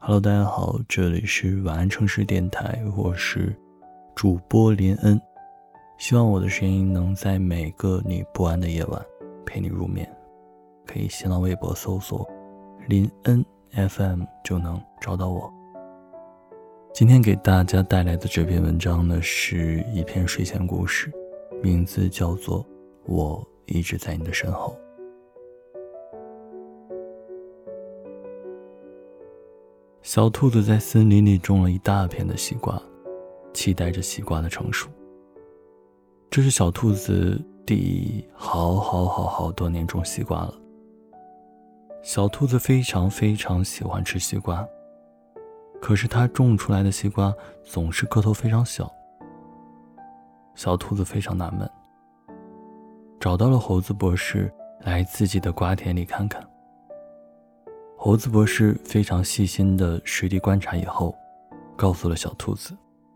Hello， 大家好，这里是晚安城市电台，我是主播林恩，希望我的声音能在每个你不安的夜晚陪你入眠。可以新浪微博搜索林恩 FM 就能找到我。今天给大家带来的这篇文章呢，是一篇睡前故事，名字叫做我一直在你的身后。小兔子在森林里种了一大片的西瓜，期待着西瓜的成熟。这是小兔子第好多年种西瓜了。小兔子非常喜欢吃西瓜，可是它种出来的西瓜总是个头非常小。小兔子非常纳闷，找到了猴子博士来自己的瓜田里看看。猴子博士非常细心的实地观察以后，告诉了小兔子：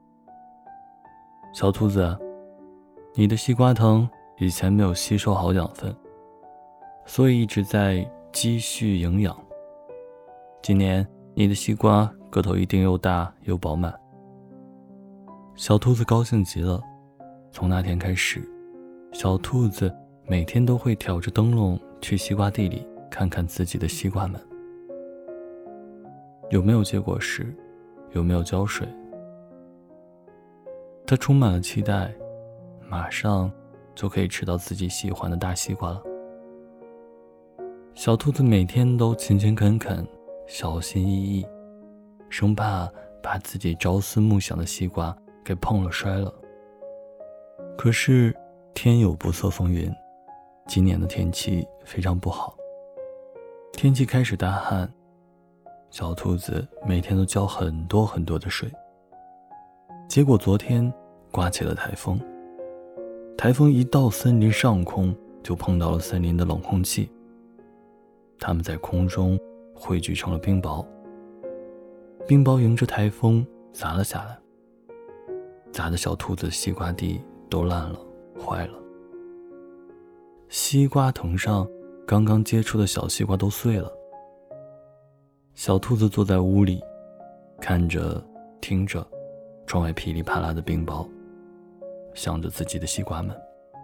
小兔子，你的西瓜藤以前没有吸收好养分，所以一直在积蓄营养。今年你的西瓜个头一定又大又饱满。小兔子高兴极了，从那天开始，小兔子每天都会挑着灯笼去西瓜地里看看自己的西瓜们有没有结果实，有没有浇水。他充满了期待，马上就可以吃到自己喜欢的大西瓜了。小兔子每天都勤勤恳恳，小心翼翼，生怕把自己朝思暮想的西瓜给碰了摔了。可是天有不测风云，今年的天气非常不好，天气开始大旱，小兔子每天都浇很多的水。结果昨天刮起了台风，台风一到森林上空，就碰到了森林的冷空气，它们在空中汇聚成了冰雹，冰雹迎着台风砸了下来，砸得小兔子的西瓜地都烂了坏了。西瓜藤上刚刚结出的小西瓜都碎了。小兔子坐在屋里，看着听着窗外噼里啪啦的冰雹，想着自己的西瓜们。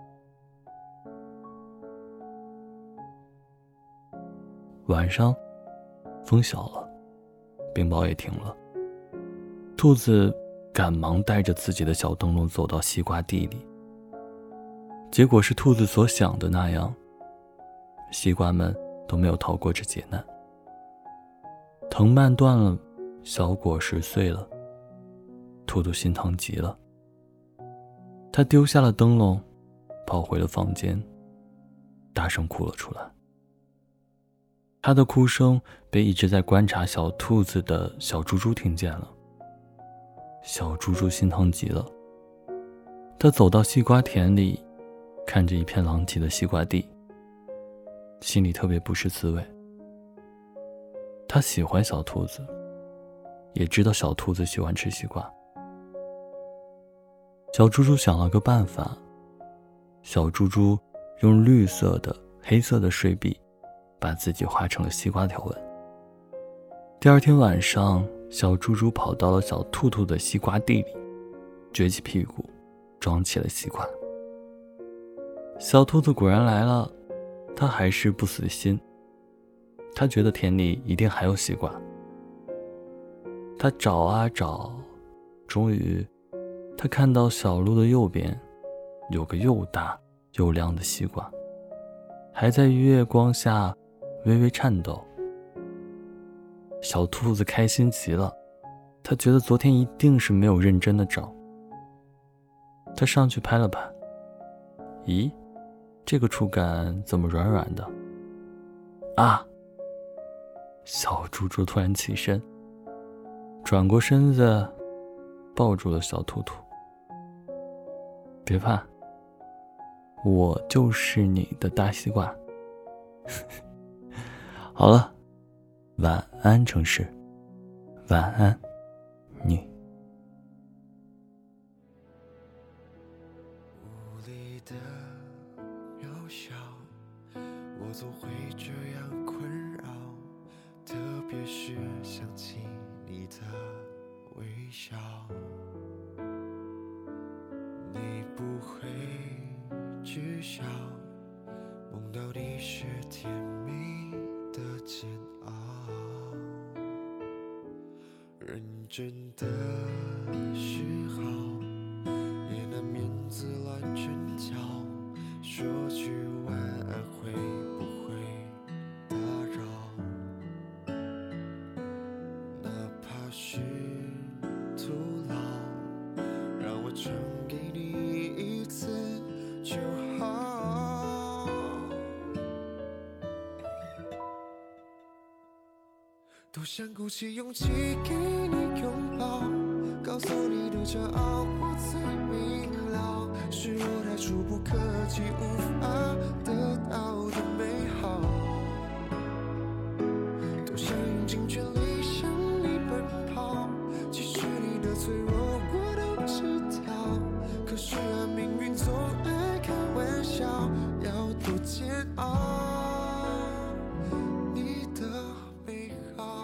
晚上风小了，冰雹也停了，兔子赶忙带着自己的小灯笼走到西瓜地里。结果是兔子所想的那样，西瓜们都没有逃过这劫难。藤蔓断了，小果实碎了，兔兔心疼极了。他丢下了灯笼，跑回了房间，大声哭了出来。他的哭声被一直在观察小兔子的小猪猪听见了。小猪猪心疼极了，他走到西瓜田里，看着一片狼藉的西瓜地，心里特别不是滋味。他喜欢小兔子，也知道小兔子喜欢吃西瓜。小猪猪想了个办法，小猪猪用绿色的黑色的水笔把自己画成了西瓜条纹。第二天晚上，小猪猪跑到了小兔兔的西瓜地里，撅起屁股装起了西瓜。小兔子果然来了，它还是不死心，他觉得田里一定还有西瓜。他找啊找，终于他看到小路的右边有个又大又亮的西瓜，还在月光下微微颤抖。小兔子开心极了，他觉得昨天一定是没有认真的找。他上去拍了拍，咦，这个触感怎么软软的啊？小猪猪突然起身，转过身子抱住了小兔兔。别怕，我就是你的大西瓜。好了，晚安城市，晚安你。 无力的渺小，我总会这样困扰，特别是想起的微笑，你不会知晓，梦到底是甜蜜的煎熬。认真的时候，也难免自乱阵脚，说句晚安会不会打扰？哪怕是徒劳，让我唱给你一次就好。多想鼓起勇气给你拥抱，告诉你的骄傲我最明了，是我太触不可及，无法得到的美好。多想用尽全力向你奔跑，其实你的脆弱我都知道，可是命运总爱开玩笑，要多煎熬你的美好。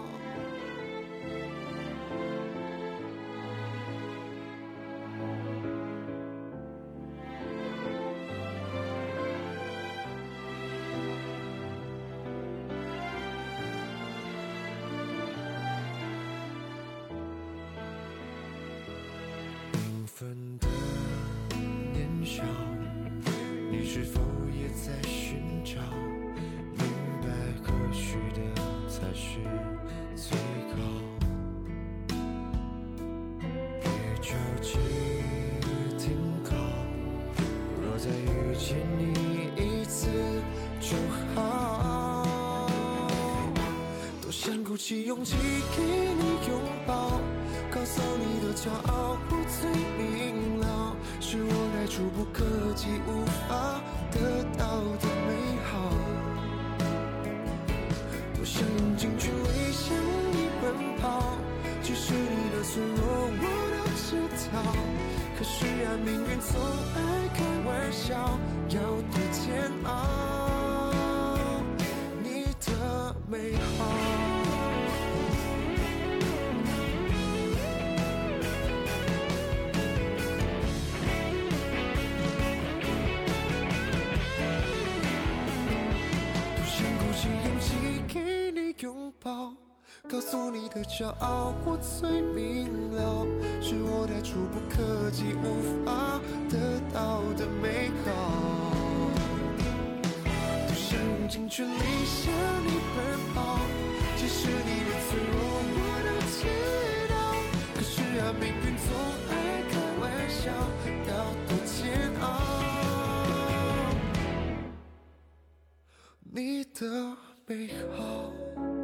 缤纷的年少，你是否也在寻找？明白何许的才是最好。别着急停靠，若再遇见你一次就好。多想鼓起勇气给你拥抱，告诉你的骄傲我最明了，是我太触不可及，无法得到的美好。多想用尽全力向你奔跑，其实你的脆弱我都知道，可是命运总爱开玩笑，要多煎熬你的美好。拥抱，告诉你的骄傲我最明了，是我太触不可及，无法得到的美好。多想用尽全力向你奔跑，其实你的脆弱我都知道，可是命运总爱开玩笑，要多煎熬你的美好。